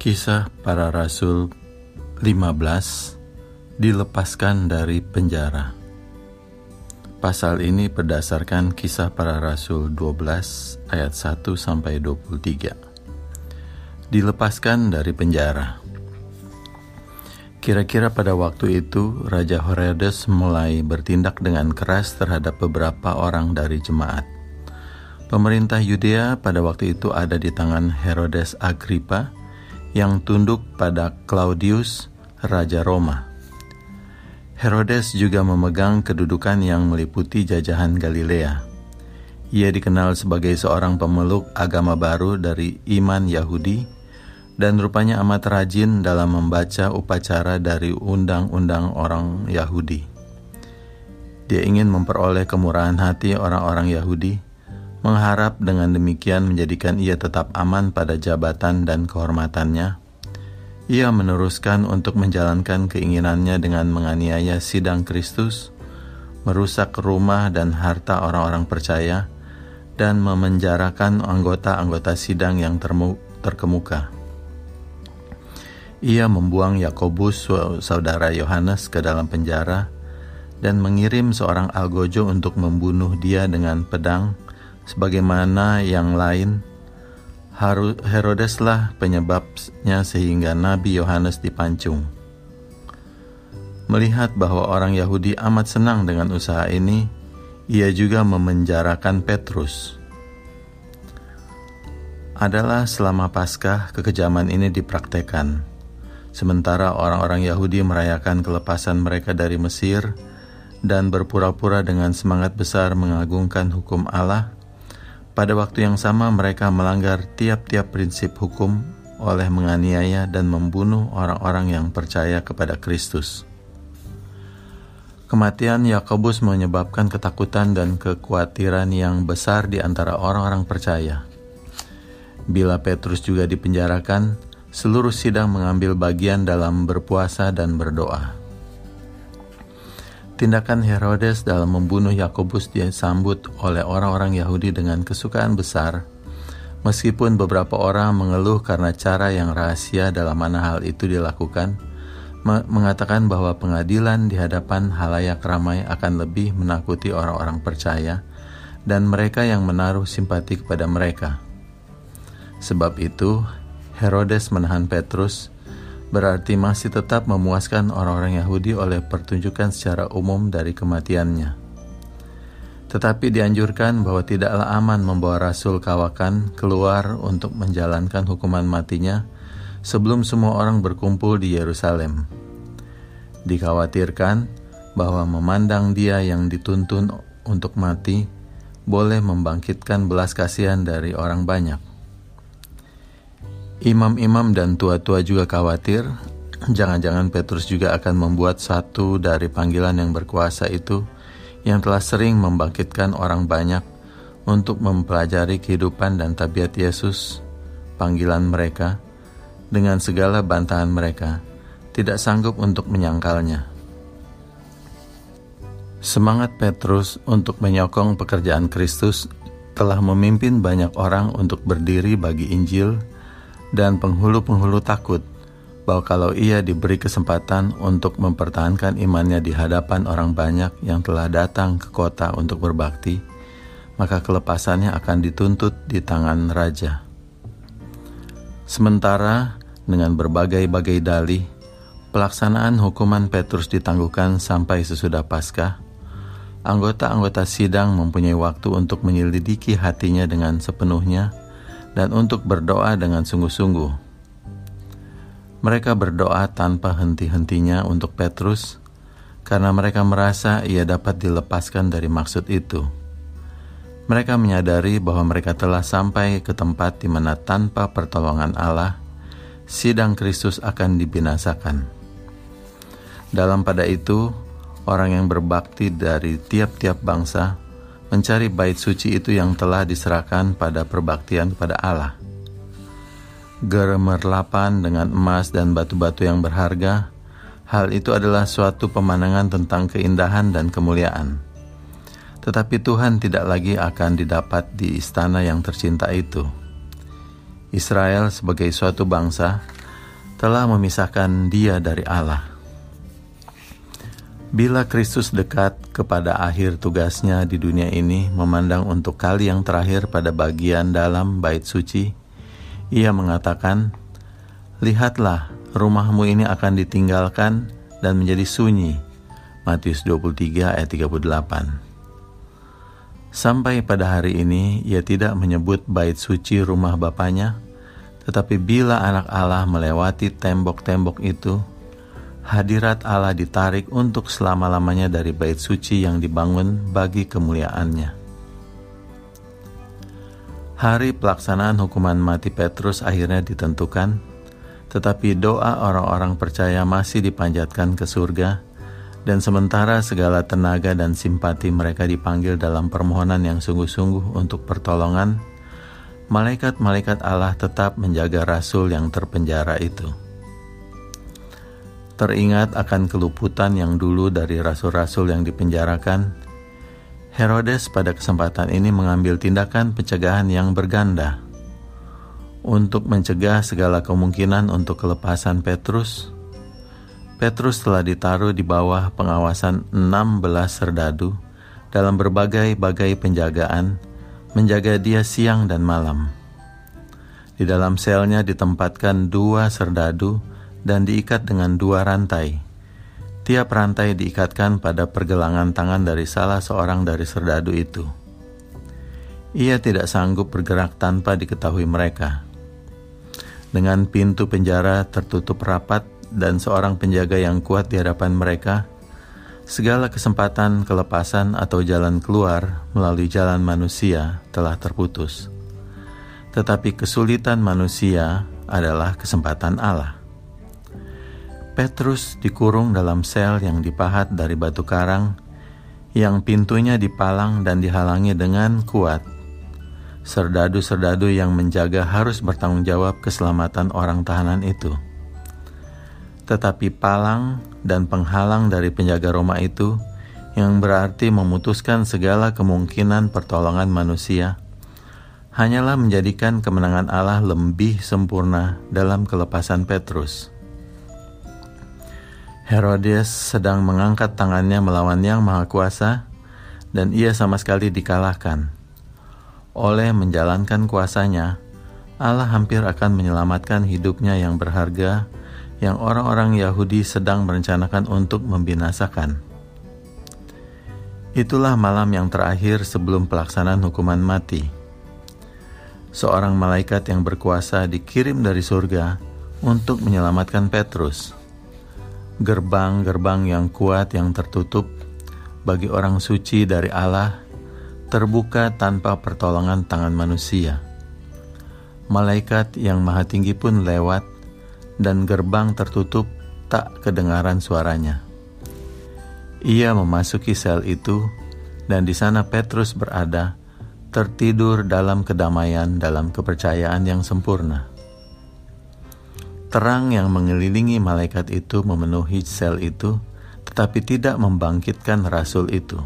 Kisah Para Rasul 15, dilepaskan dari penjara. Pasal ini berdasarkan Kisah Para Rasul 12 ayat 1-23. Dilepaskan dari penjara. Kira-kira pada waktu itu, Raja Herodes mulai bertindak dengan keras terhadap beberapa orang dari jemaat. Pemerintah Yudea pada waktu itu ada di tangan Herodes Agripa, yang tunduk pada Claudius, Raja Roma. Herodes juga memegang kedudukan yang meliputi jajahan Galilea. Ia dikenal sebagai seorang pemeluk agama baru dari iman Yahudi, dan rupanya amat rajin dalam membaca upacara dari undang-undang orang Yahudi. Dia ingin memperoleh kemurahan hati orang-orang Yahudi, mengharap dengan demikian menjadikan ia tetap aman pada jabatan dan kehormatannya. Ia meneruskan untuk menjalankan keinginannya dengan menganiaya sidang Kristus, merusak rumah dan harta orang-orang percaya, dan memenjarakan anggota-anggota sidang yang terkemuka. Ia membuang Yakobus, saudara Yohanes, ke dalam penjara dan mengirim seorang algojo untuk membunuh dia dengan pedang. Sebagaimana yang lain, Herodeslah penyebabnya sehingga Nabi Yohanes dipancung. Melihat bahwa orang Yahudi amat senang dengan usaha ini, ia juga memenjarakan Petrus. Adalah selama Paskah kekejaman ini dipraktekkan. Sementara orang-orang Yahudi merayakan kelepasan mereka dari Mesir dan berpura-pura dengan semangat besar mengagungkan hukum Allah, pada waktu yang sama mereka melanggar tiap-tiap prinsip hukum oleh menganiaya dan membunuh orang-orang yang percaya kepada Kristus. Kematian Yakobus menyebabkan ketakutan dan kekhawatiran yang besar di antara orang-orang percaya. Bila Petrus juga dipenjarakan, seluruh sidang mengambil bagian dalam berpuasa dan berdoa. Tindakan Herodes dalam membunuh Yakobus disambut oleh orang-orang Yahudi dengan kesukaan besar, meskipun beberapa orang mengeluh karena cara yang rahasia dalam mana hal itu dilakukan, mengatakan bahwa pengadilan di hadapan halayak ramai akan lebih menakuti orang-orang percaya dan mereka yang menaruh simpati kepada mereka. Sebab itu, Herodes menahan Petrus, berarti masih tetap memuaskan orang-orang Yahudi oleh pertunjukan secara umum dari kematiannya. Tetapi dianjurkan bahwa tidaklah aman membawa rasul kawakan keluar untuk menjalankan hukuman matinya sebelum semua orang berkumpul di Yerusalem. Dikhawatirkan bahwa memandang dia yang dituntun untuk mati boleh membangkitkan belas kasihan dari orang banyak. Imam-imam dan tua-tua juga khawatir, jangan-jangan Petrus juga akan membuat satu dari panggilan yang berkuasa itu yang telah sering membangkitkan orang banyak untuk mempelajari kehidupan dan tabiat Yesus, panggilan mereka, dengan segala bantahan mereka, tidak sanggup untuk menyangkalnya. Semangat Petrus untuk menyokong pekerjaan Kristus telah memimpin banyak orang untuk berdiri bagi Injil, dan penghulu-penghulu takut bahwa kalau ia diberi kesempatan untuk mempertahankan imannya di hadapan orang banyak yang telah datang ke kota untuk berbakti, maka kelepasannya akan dituntut di tangan raja. Sementara dengan berbagai-bagai dalih, pelaksanaan hukuman Petrus ditangguhkan sampai sesudah Paskah. Anggota-anggota sidang mempunyai waktu untuk menyelidiki hatinya dengan sepenuhnya dan untuk berdoa dengan sungguh-sungguh. Mereka berdoa tanpa henti-hentinya untuk Petrus, karena mereka merasa ia dapat dilepaskan dari maksud itu. Mereka menyadari bahwa mereka telah sampai ke tempat di mana tanpa pertolongan Allah, sidang Kristus akan dibinasakan. Dalam pada itu, orang yang berbakti dari tiap-tiap bangsa mencari bait suci itu yang telah diserahkan pada perbaktian kepada Allah. Gemerlapan dengan emas dan batu-batu yang berharga, hal itu adalah suatu pemandangan tentang keindahan dan kemuliaan. Tetapi Tuhan tidak lagi akan didapat di istana yang tercinta itu. Israel sebagai suatu bangsa telah memisahkan dia dari Allah. Bila Kristus dekat kepada akhir tugasnya di dunia ini, memandang untuk kali yang terakhir pada bagian dalam bait suci, ia mengatakan, "Lihatlah, rumahmu ini akan ditinggalkan dan menjadi sunyi." Matius 23 ayat 38. Sampai pada hari ini, ia tidak menyebut bait suci rumah Bapanya, tetapi bila anak Allah melewati tembok-tembok itu, hadirat Allah ditarik untuk selama-lamanya dari bait suci yang dibangun bagi kemuliaannya. Hari pelaksanaan hukuman mati Petrus akhirnya ditentukan, tetapi doa orang-orang percaya masih dipanjatkan ke surga, dan sementara segala tenaga dan simpati mereka dipanggil dalam permohonan yang sungguh-sungguh untuk pertolongan, malaikat-malaikat Allah tetap menjaga rasul yang terpenjara itu. Teringat akan keluputan yang dulu dari rasul-rasul yang dipenjarakan, Herodes pada kesempatan ini mengambil tindakan pencegahan yang berganda. Untuk mencegah segala kemungkinan untuk kelepasan Petrus telah ditaruh di bawah pengawasan 16 serdadu dalam berbagai-bagai penjagaan, menjaga dia siang dan malam. Di dalam selnya ditempatkan 2 serdadu dan diikat dengan 2 rantai. Tiap rantai diikatkan pada pergelangan tangan dari salah seorang dari serdadu itu. Ia tidak sanggup bergerak tanpa diketahui mereka. Dengan pintu penjara tertutup rapat dan seorang penjaga yang kuat di hadapan mereka, segala kesempatan kelepasan atau jalan keluar melalui jalan manusia telah terputus. Tetapi kesulitan manusia adalah kesempatan Allah. Petrus dikurung dalam sel yang dipahat dari batu karang, yang pintunya dipalang dan dihalangi dengan kuat. Serdadu-serdadu yang menjaga harus bertanggung jawab keselamatan orang tahanan itu. Tetapi palang dan penghalang dari penjaga Roma itu, yang berarti memutuskan segala kemungkinan pertolongan manusia, hanyalah menjadikan kemenangan Allah lebih sempurna dalam kelepasan Petrus. Herodes sedang mengangkat tangannya melawan Yang Maha Kuasa, dan ia sama sekali dikalahkan. Oleh menjalankan kuasanya, Allah hampir akan menyelamatkan hidupnya yang berharga, yang orang-orang Yahudi sedang merencanakan untuk membinasakan. Itulah malam yang terakhir sebelum pelaksanaan hukuman mati. Seorang malaikat yang berkuasa dikirim dari surga untuk menyelamatkan Petrus. Gerbang-gerbang yang kuat yang tertutup bagi orang suci dari Allah terbuka tanpa pertolongan tangan manusia. Malaikat yang maha tinggi pun lewat, dan gerbang tertutup tak kedengaran suaranya. Ia memasuki sel itu, dan di sana Petrus berada, tertidur dalam kedamaian dalam kepercayaan yang sempurna. Terang yang mengelilingi malaikat itu memenuhi sel itu, tetapi tidak membangkitkan rasul itu.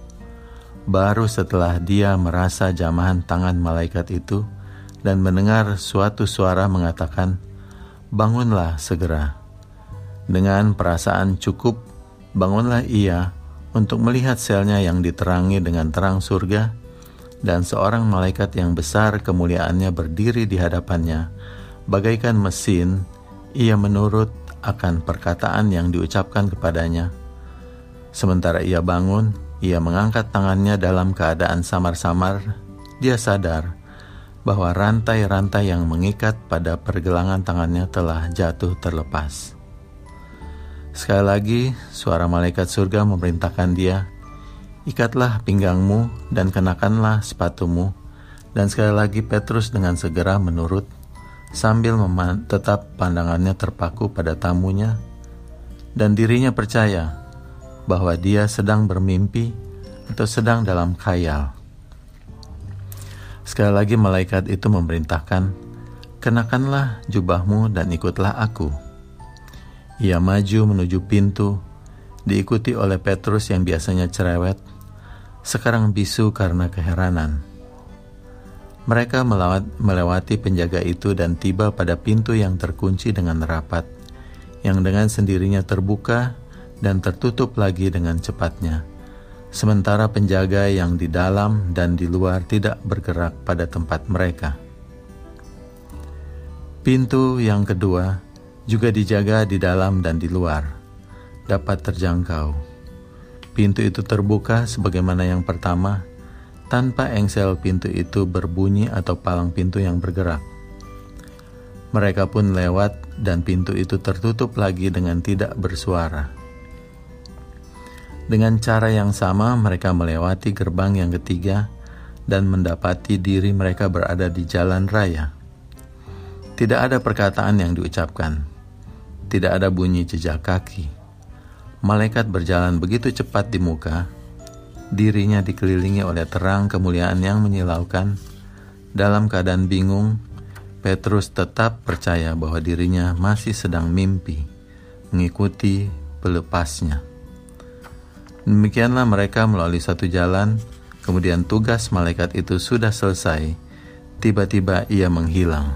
Baru setelah dia merasa jamahan tangan malaikat itu dan mendengar suatu suara mengatakan, "Bangunlah segera." Dengan perasaan cukup, bangunlah ia untuk melihat selnya yang diterangi dengan terang surga, dan seorang malaikat yang besar kemuliaannya berdiri di hadapannya, bagaikan mesin. Ia menurut akan perkataan yang diucapkan kepadanya. Sementara ia bangun, ia mengangkat tangannya dalam keadaan samar-samar. Dia sadar bahwa rantai-rantai yang mengikat pada pergelangan tangannya telah jatuh terlepas. Sekali lagi, suara malaikat surga memerintahkan dia, "Ikatlah pinggangmu dan kenakanlah sepatumu." Dan sekali lagi Petrus dengan segera menurut, sambil tetap pandangannya terpaku pada tamunya, dan dirinya percaya bahwa dia sedang bermimpi atau sedang dalam khayal. Sekali lagi malaikat itu memerintahkan, "Kenakanlah jubahmu dan ikutlah aku." Ia maju menuju pintu, diikuti oleh Petrus yang biasanya cerewet, sekarang bisu karena keheranan. Mereka melewati penjaga itu dan tiba pada pintu yang terkunci dengan rapat. yang dengan sendirinya terbuka dan tertutup lagi dengan cepatnya, sementara penjaga yang di dalam dan di luar tidak bergerak pada tempat mereka. Pintu yang kedua juga dijaga di dalam dan di luar, dapat terjangkau. Pintu itu terbuka sebagaimana yang pertama, tanpa engsel pintu itu berbunyi atau palang pintu yang bergerak. Mereka pun lewat dan pintu itu tertutup lagi dengan tidak bersuara. Dengan cara yang sama mereka melewati gerbang yang ketiga dan mendapati diri mereka berada di jalan raya. Tidak ada perkataan yang diucapkan, tidak ada bunyi jejak kaki. Malaikat berjalan begitu cepat di muka, dirinya dikelilingi oleh terang kemuliaan yang menyilaukan. Dalam keadaan bingung, Petrus tetap percaya bahwa dirinya masih sedang mimpi, mengikuti pelepasnya. Demikianlah mereka melalui satu jalan, kemudian tugas malaikat itu sudah selesai, tiba-tiba ia menghilang.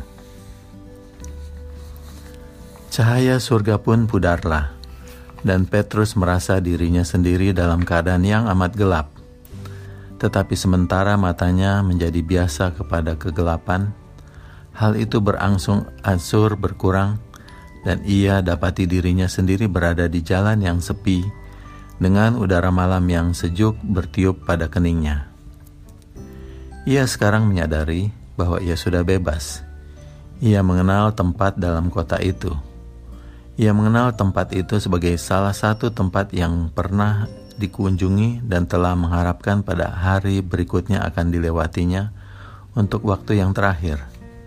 Cahaya surga pun pudarlah, dan Petrus merasa dirinya sendiri dalam keadaan yang amat gelap. Tetapi sementara matanya menjadi biasa kepada kegelapan, hal itu berangsur-angsur berkurang, dan ia dapati dirinya sendiri berada di jalan yang sepi, dengan udara malam yang sejuk bertiup pada keningnya. Ia sekarang menyadari bahwa ia sudah bebas. Ia mengenal tempat dalam kota itu. Ia mengenal tempat itu sebagai salah satu tempat yang pernah dikunjungi dan telah mengharapkan pada hari berikutnya akan dilewatinya untuk waktu yang terakhir.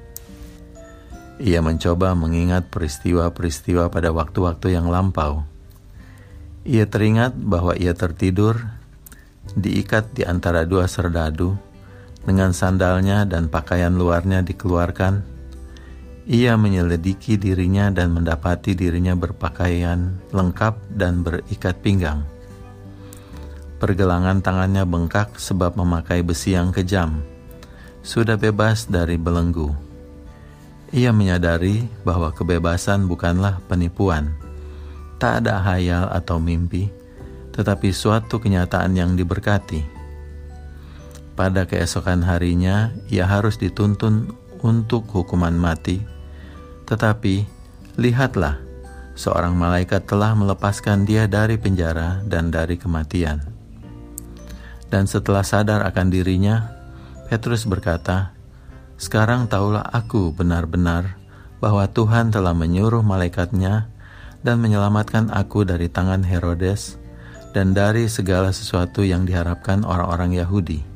Ia mencoba mengingat peristiwa-peristiwa pada waktu-waktu yang lampau. Ia teringat bahwa ia tertidur, diikat di antara dua serdadu, dengan sandalnya dan pakaian luarnya dikeluarkan. Ia menyelidiki dirinya dan mendapati dirinya berpakaian lengkap dan berikat pinggang. Pergelangan tangannya bengkak sebab memakai besi yang kejam. Sudah bebas dari belenggu. Ia menyadari bahwa kebebasan bukanlah penipuan. Tak ada hayal atau mimpi, tetapi suatu kenyataan yang diberkati. Pada keesokan harinya, ia harus dituntun untuk hukuman mati. Tetapi, lihatlah, seorang malaikat telah melepaskan dia dari penjara dan dari kematian. Dan setelah sadar akan dirinya, Petrus berkata, "Sekarang tahulah aku benar-benar bahwa Tuhan telah menyuruh malaikatnya dan menyelamatkan aku dari tangan Herodes dan dari segala sesuatu yang diharapkan orang-orang Yahudi."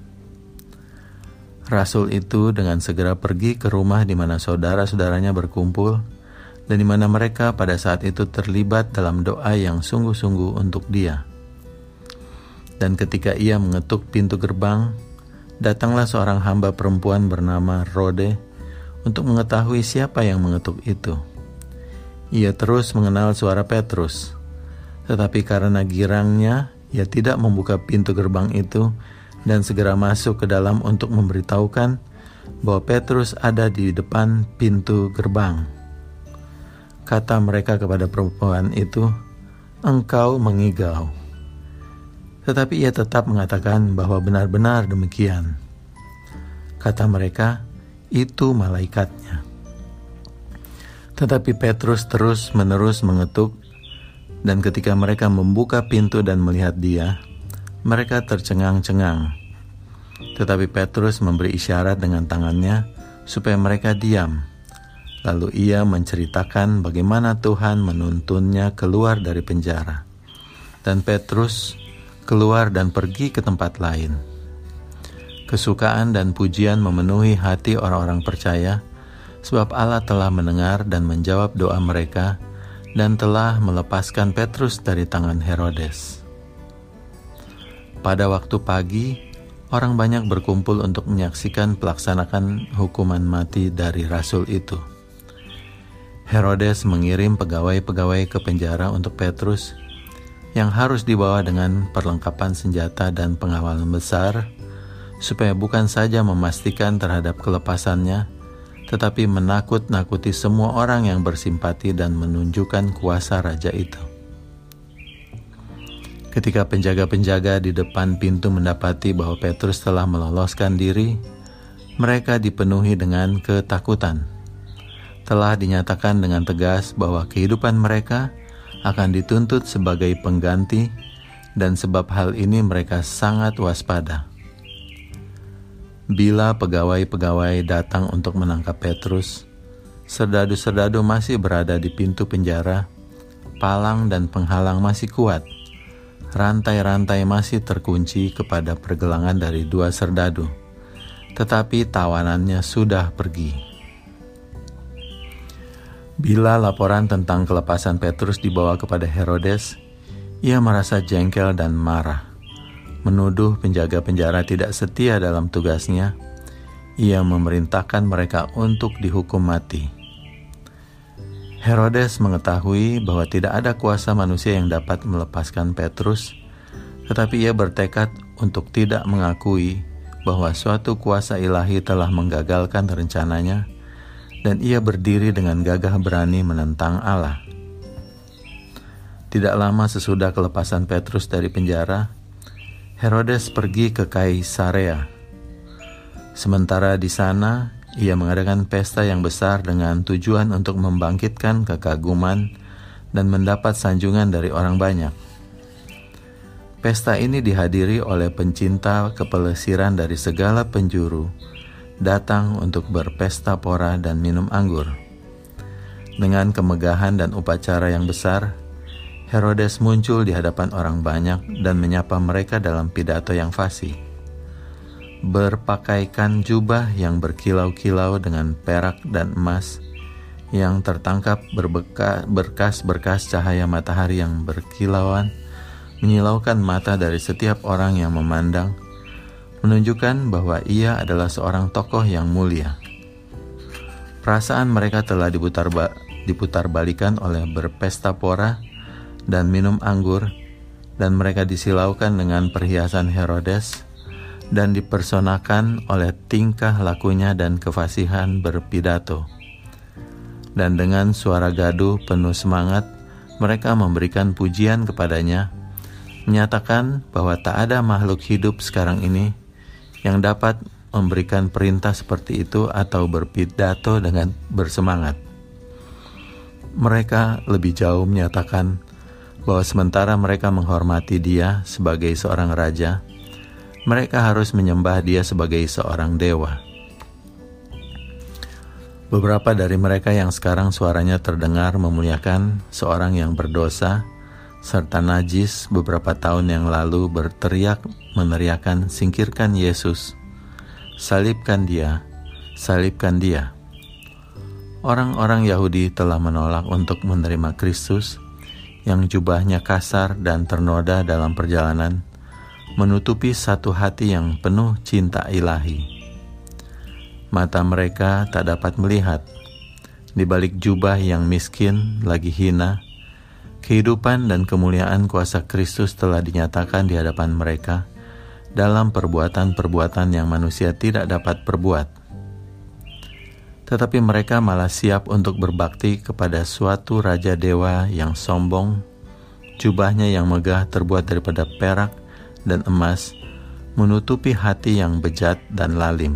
Rasul itu dengan segera pergi ke rumah di mana saudara-saudaranya berkumpul dan di mana mereka pada saat itu terlibat dalam doa yang sungguh-sungguh untuk dia. Dan ketika ia mengetuk pintu gerbang, datanglah seorang hamba perempuan bernama Rode untuk mengetahui siapa yang mengetuk itu. Ia terus mengenal suara Petrus, tetapi karena girangnya, ia tidak membuka pintu gerbang itu dan segera masuk ke dalam untuk memberitahukan bahwa Petrus ada di depan pintu gerbang. Kata mereka kepada perempuan itu, "Engkau mengigau." Tetapi ia tetap mengatakan bahwa benar-benar demikian. Kata mereka, "Itu malaikatnya." Tetapi Petrus terus-menerus mengetuk, dan ketika mereka membuka pintu dan melihat dia, mereka tercengang-cengang. Tetapi Petrus memberi isyarat dengan tangannya supaya mereka diam. Lalu ia menceritakan bagaimana Tuhan menuntunnya keluar dari penjara. Dan Petrus keluar dan pergi ke tempat lain. Kesukaan dan pujian memenuhi hati orang-orang percaya, sebab Allah telah mendengar dan menjawab doa mereka dan telah melepaskan Petrus dari tangan Herodes. Pada waktu pagi, orang banyak berkumpul untuk menyaksikan pelaksanaan hukuman mati dari rasul itu. Herodes mengirim pegawai-pegawai ke penjara untuk Petrus, yang harus dibawa dengan perlengkapan senjata dan pengawalan besar, supaya bukan saja memastikan terhadap kelepasannya, tetapi menakut-nakuti semua orang yang bersimpati dan menunjukkan kuasa raja itu. Ketika penjaga-penjaga di depan pintu mendapati bahwa Petrus telah meloloskan diri, mereka dipenuhi dengan ketakutan. Telah dinyatakan dengan tegas bahwa kehidupan mereka akan dituntut sebagai pengganti, dan sebab hal ini mereka sangat waspada. Bila pegawai-pegawai datang untuk menangkap Petrus, serdadu-serdadu masih berada di pintu penjara, palang dan penghalang masih kuat, rantai-rantai masih terkunci kepada pergelangan dari 2 serdadu, tetapi tawanannya sudah pergi. Bila laporan tentang kelepasan Petrus dibawa kepada Herodes, ia merasa jengkel dan marah. Menuduh penjaga penjara tidak setia dalam tugasnya, ia memerintahkan mereka untuk dihukum mati. Herodes mengetahui bahwa tidak ada kuasa manusia yang dapat melepaskan Petrus, tetapi ia bertekad untuk tidak mengakui bahwa suatu kuasa ilahi telah menggagalkan rencananya, dan ia berdiri dengan gagah berani menentang Allah. Tidak lama sesudah kelepasan Petrus dari penjara, Herodes pergi ke Kaisarea. Sementara di sana, ia mengadakan pesta yang besar dengan tujuan untuk membangkitkan kekaguman dan mendapat sanjungan dari orang banyak. Pesta ini dihadiri oleh pencinta kepelesiran dari segala penjuru, datang untuk berpesta pora dan minum anggur. Dengan kemegahan dan upacara yang besar, Herodes muncul di hadapan orang banyak dan menyapa mereka dalam pidato yang fasih. Berpakaikan jubah yang berkilau-kilau dengan perak dan emas, yang tertangkap berkas-berkas cahaya matahari yang berkilauan, menyilaukan mata dari setiap orang yang memandang, menunjukkan bahwa ia adalah seorang tokoh yang mulia. Perasaan mereka telah diputar-balikan oleh berpesta pora dan minum anggur, dan mereka disilaukan dengan perhiasan Herodes dan dipersonakan oleh tingkah lakunya dan kefasihan berpidato. Dan dengan suara gaduh penuh semangat, mereka memberikan pujian kepadanya, menyatakan bahwa tak ada makhluk hidup sekarang ini yang dapat memberikan perintah seperti itu atau berpidato dengan bersemangat. Mereka lebih jauh menyatakan bahwa sementara mereka menghormati dia sebagai seorang raja, mereka harus menyembah dia sebagai seorang dewa. Beberapa dari mereka yang sekarang suaranya terdengar memuliakan seorang yang berdosa serta najis beberapa tahun yang lalu berteriak meneriakan, "Singkirkan Yesus, salibkan dia, salibkan dia." Orang-orang Yahudi telah menolak untuk menerima Kristus yang jubahnya kasar dan ternoda dalam perjalanan, menutupi satu hati yang penuh cinta ilahi. Mata mereka tak dapat melihat, di balik jubah yang miskin lagi hina, kehidupan dan kemuliaan kuasa Kristus telah dinyatakan di hadapan mereka dalam perbuatan-perbuatan yang manusia tidak dapat perbuat. Tetapi mereka malah siap untuk berbakti kepada suatu raja dewa yang sombong, jubahnya yang megah terbuat daripada perak dan emas, menutupi hati yang bejat dan lalim.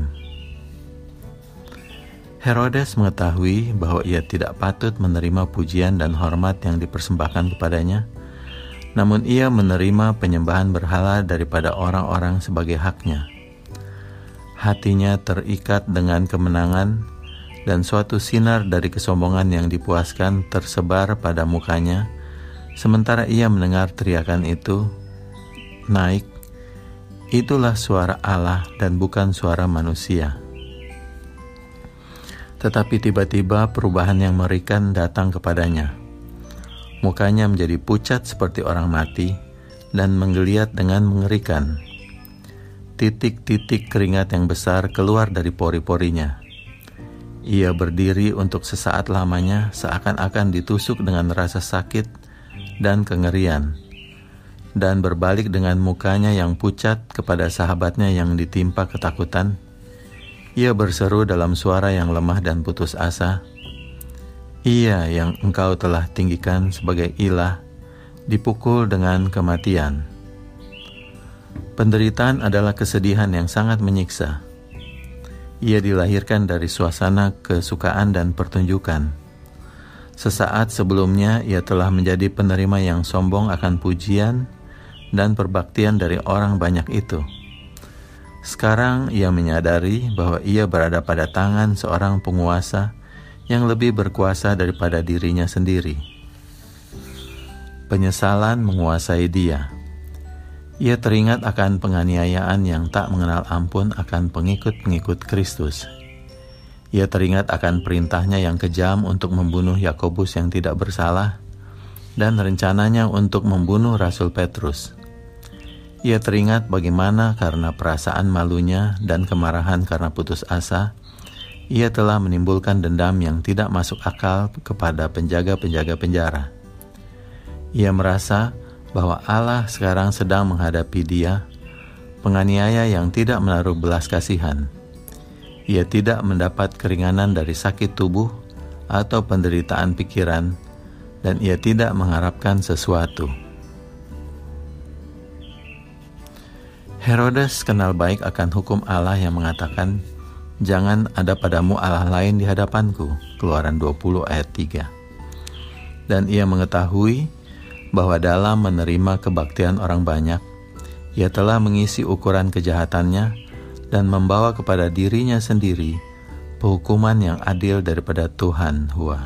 Herodes mengetahui bahwa ia tidak patut menerima pujian dan hormat yang dipersembahkan kepadanya, namun ia menerima penyembahan berhala daripada orang-orang sebagai haknya. Hatinya terikat dengan kemenangan, dan suatu sinar dari kesombongan yang dipuaskan tersebar pada mukanya, sementara ia mendengar teriakan itu naik, "Itulah suara Allah dan bukan suara manusia." Tetapi tiba-tiba perubahan yang mengerikan datang kepadanya. Mukanya menjadi pucat seperti orang mati dan menggeliat dengan mengerikan. Titik-titik keringat yang besar keluar dari pori-porinya. Ia berdiri untuk sesaat lamanya, seakan-akan ditusuk dengan rasa sakit dan kengerian, dan berbalik dengan mukanya yang pucat kepada sahabatnya yang ditimpa ketakutan. Ia berseru dalam suara yang lemah dan putus asa, Ia yang engkau telah tinggikan sebagai ilah, dipukul dengan kematian. Penderitaan adalah kesedihan yang sangat menyiksa. Ia dilahirkan dari suasana kesukaan dan pertunjukan. Sesaat sebelumnya ia telah menjadi penerima yang sombong akan pujian dan perbaktian dari orang banyak itu. Sekarang ia menyadari bahwa ia berada pada tangan seorang penguasa yang lebih berkuasa daripada dirinya sendiri. Penyesalan menguasai dia. Ia teringat akan penganiayaan yang tak mengenal ampun akan pengikut-pengikut Kristus. Ia teringat akan perintahnya yang kejam untuk membunuh Yakobus yang tidak bersalah dan rencananya untuk membunuh Rasul Petrus. Ia teringat bagaimana karena perasaan malunya dan kemarahan karena putus asa, ia telah menimbulkan dendam yang tidak masuk akal kepada penjaga-penjaga penjara. Ia merasa bahwa Allah sekarang sedang menghadapi dia, penganiaya yang tidak menaruh belas kasihan. Ia tidak mendapat keringanan dari sakit tubuh atau penderitaan pikiran, dan ia tidak mengharapkan sesuatu. Herodes kenal baik akan hukum Allah yang mengatakan, "Jangan ada padamu Allah lain di hadapanku." Keluaran 20 ayat 3. Dan ia mengetahui bahwa dalam menerima kebaktian orang banyak, ia telah mengisi ukuran kejahatannya dan membawa kepada dirinya sendiri penghukuman yang adil daripada Tuhan Hua.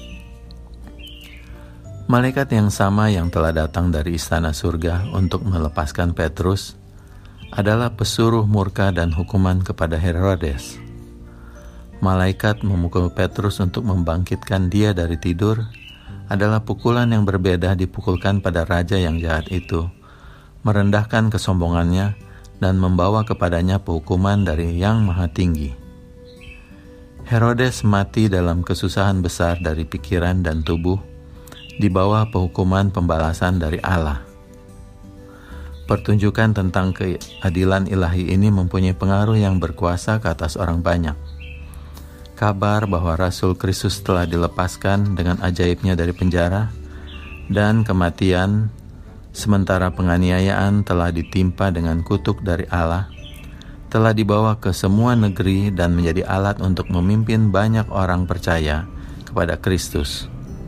Malaikat yang sama yang telah datang dari istana surga untuk melepaskan Petrus adalah pesuruh murka dan hukuman kepada Herodes. Malaikat memukul Petrus untuk membangkitkan dia dari tidur adalah pukulan yang berbeda dipukulkan pada raja yang jahat itu, merendahkan kesombongannya dan membawa kepadanya penghukuman dari Yang Maha Tinggi. Herodes mati dalam kesusahan besar dari pikiran dan tubuh, di bawah penghukuman pembalasan dari Allah. Pertunjukan tentang keadilan ilahi ini mempunyai pengaruh yang berkuasa ke atas orang banyak. Kabar bahwa Rasul Kristus telah dilepaskan dengan ajaibnya dari penjara dan kematian, sementara penganiayaan telah ditimpa dengan kutuk dari Allah, telah dibawa ke semua negeri dan menjadi alat untuk memimpin banyak orang percaya kepada Kristus.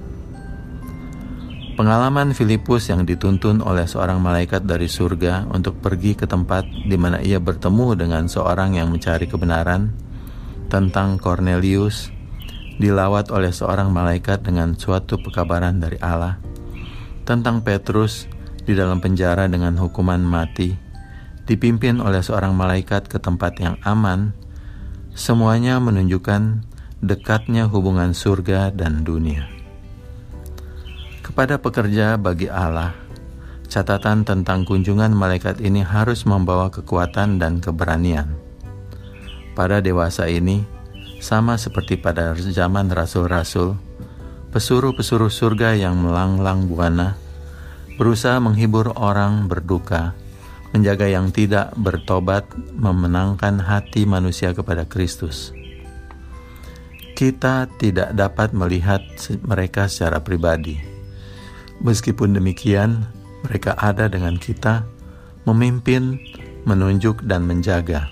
Pengalaman Filipus yang dituntun oleh seorang malaikat dari surga untuk pergi ke tempat di mana ia bertemu dengan seorang yang mencari kebenaran tentang Cornelius, dilawat oleh seorang malaikat dengan suatu pekabaran dari Allah tentang Petrus di dalam penjara dengan hukuman mati, dipimpin oleh seorang malaikat ke tempat yang aman, semuanya menunjukkan dekatnya hubungan surga dan dunia. Kepada pekerja bagi Allah, catatan tentang kunjungan malaikat ini harus membawa kekuatan dan keberanian. Pada dewasa ini, sama seperti pada zaman rasul-rasul, pesuruh-pesuruh surga yang melanglang buana, berusaha menghibur orang berduka, menjaga yang tidak bertobat, memenangkan hati manusia kepada Kristus. Kita tidak dapat melihat mereka secara pribadi. Meskipun demikian, mereka ada dengan kita, memimpin, menunjuk, dan menjaga.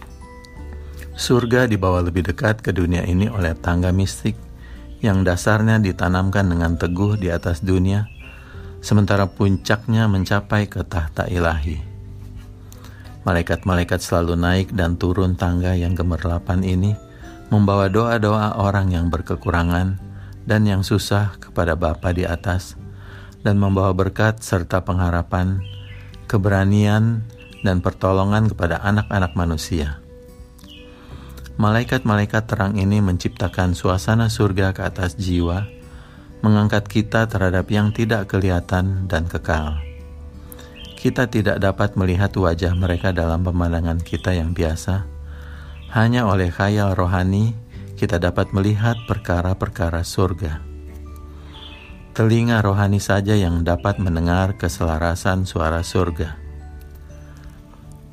Surga dibawa lebih dekat ke dunia ini oleh tangga mistik yang dasarnya ditanamkan dengan teguh di atas dunia, sementara puncaknya mencapai ke tahta ilahi. Malaikat-malaikat selalu naik dan turun tangga yang gemerlapan ini, membawa doa-doa orang yang berkekurangan dan yang susah kepada Bapa di atas, dan membawa berkat serta pengharapan, keberanian, dan pertolongan kepada anak-anak manusia. Malaikat-malaikat terang ini menciptakan suasana surga ke atas jiwa, mengangkat kita terhadap yang tidak kelihatan dan kekal. Kita tidak dapat melihat wajah mereka dalam pemandangan kita yang biasa. Hanya oleh khayal rohani, kita dapat melihat perkara-perkara surga. Telinga rohani saja yang dapat mendengar keselarasan suara surga.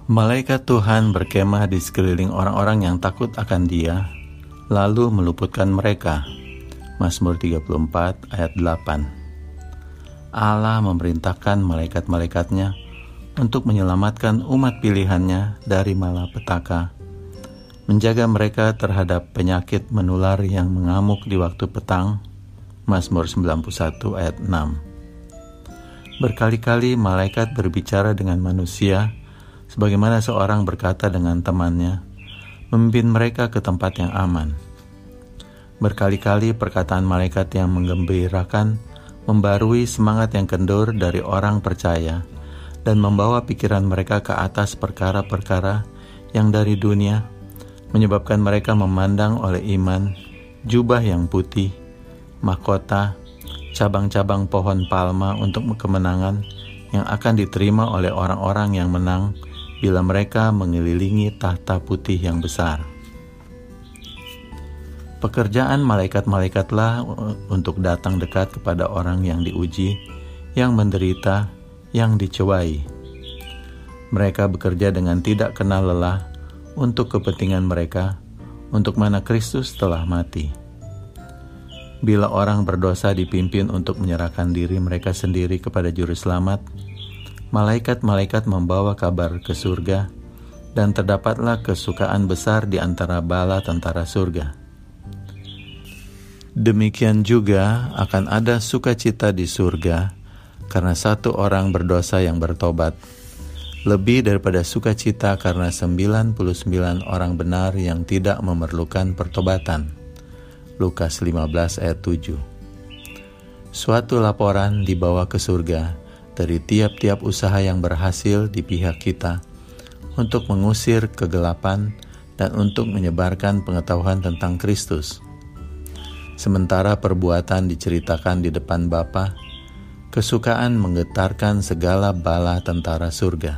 Malaikat Tuhan berkemah di sekeliling orang-orang yang takut akan Dia, lalu meluputkan mereka. Mazmur 34 ayat 8. Allah memerintahkan malaikat-malaikatnya untuk menyelamatkan umat pilihannya dari malapetaka, menjaga mereka terhadap penyakit menular yang mengamuk di waktu petang. Mazmur 91 ayat 6. Berkali-kali malaikat berbicara dengan manusia, sebagaimana seorang berkata dengan temannya, memimpin mereka ke tempat yang aman. Berkali-kali perkataan malaikat yang menggembirakan membarui semangat yang kendur dari orang percaya dan membawa pikiran mereka ke atas perkara-perkara yang dari dunia, menyebabkan mereka memandang oleh iman jubah yang putih, mahkota, cabang-cabang pohon palma untuk kemenangan yang akan diterima oleh orang-orang yang menang bila mereka mengelilingi tahta putih yang besar. Pekerjaan malaikat-malaikatlah untuk datang dekat kepada orang yang diuji, yang menderita, yang dicuai. Mereka bekerja dengan tidak kenal lelah untuk kepentingan mereka, untuk mana Kristus telah mati. Bila orang berdosa dipimpin untuk menyerahkan diri mereka sendiri kepada Juru Selamat, malaikat-malaikat membawa kabar ke surga, dan terdapatlah kesukaan besar di antara bala tentara surga. Demikian juga akan ada sukacita di surga karena satu orang berdosa yang bertobat, lebih daripada sukacita karena 99 orang benar yang tidak memerlukan pertobatan. Lukas 15 ayat 7. Suatu laporan dibawa ke surga dari tiap-tiap usaha yang berhasil di pihak kita untuk mengusir kegelapan dan untuk menyebarkan pengetahuan tentang Kristus. Sementara perbuatan diceritakan di depan Bapa, kesukaan menggetarkan segala bala tentara surga.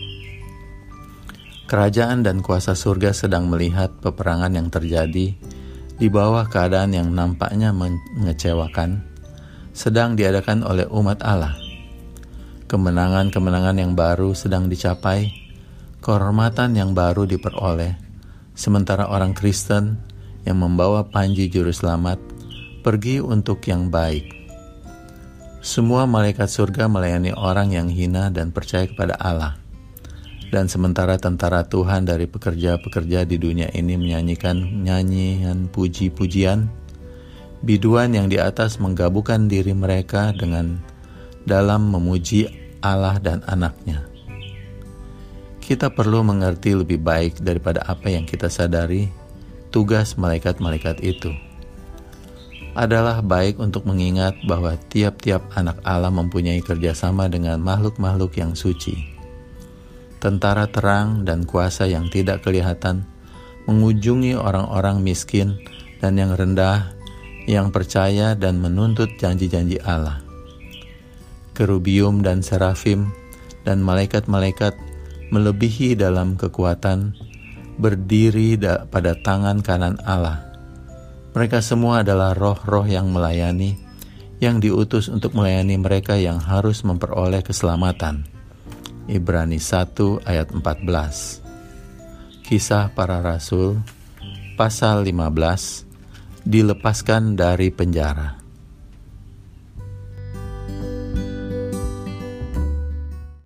Kerajaan dan kuasa surga sedang melihat peperangan yang terjadi di bawah keadaan yang nampaknya mengecewakan, sedang diadakan oleh umat Allah. Kemenangan-kemenangan yang baru sedang dicapai, kehormatan yang baru diperoleh, sementara orang Kristen yang membawa panji Juru Selamat pergi untuk yang baik. Semua malaikat surga melayani orang yang hina dan percaya kepada Allah. Dan sementara tentara Tuhan dari pekerja-pekerja di dunia ini menyanyikan nyanyian puji-pujian, biduan yang di atas menggabungkan diri mereka dalam memuji Allah dan Anaknya. Kita perlu mengerti lebih baik daripada apa yang kita sadari. Tugas malaikat-malaikat itu adalah baik untuk mengingat bahwa tiap-tiap anak Allah mempunyai kerjasama dengan makhluk-makhluk yang suci. Tentara terang dan kuasa yang tidak kelihatan mengunjungi orang-orang miskin dan yang rendah, yang percaya dan menuntut janji-janji Allah. Kerubium dan serafim dan malaikat-malaikat melebihi dalam kekuatan, berdiri pada tangan kanan Allah. Mereka semua adalah roh-roh yang melayani, yang diutus untuk melayani mereka yang harus memperoleh keselamatan. Ibrani 1 ayat 14. Kisah Para Rasul pasal 15, dilepaskan dari penjara.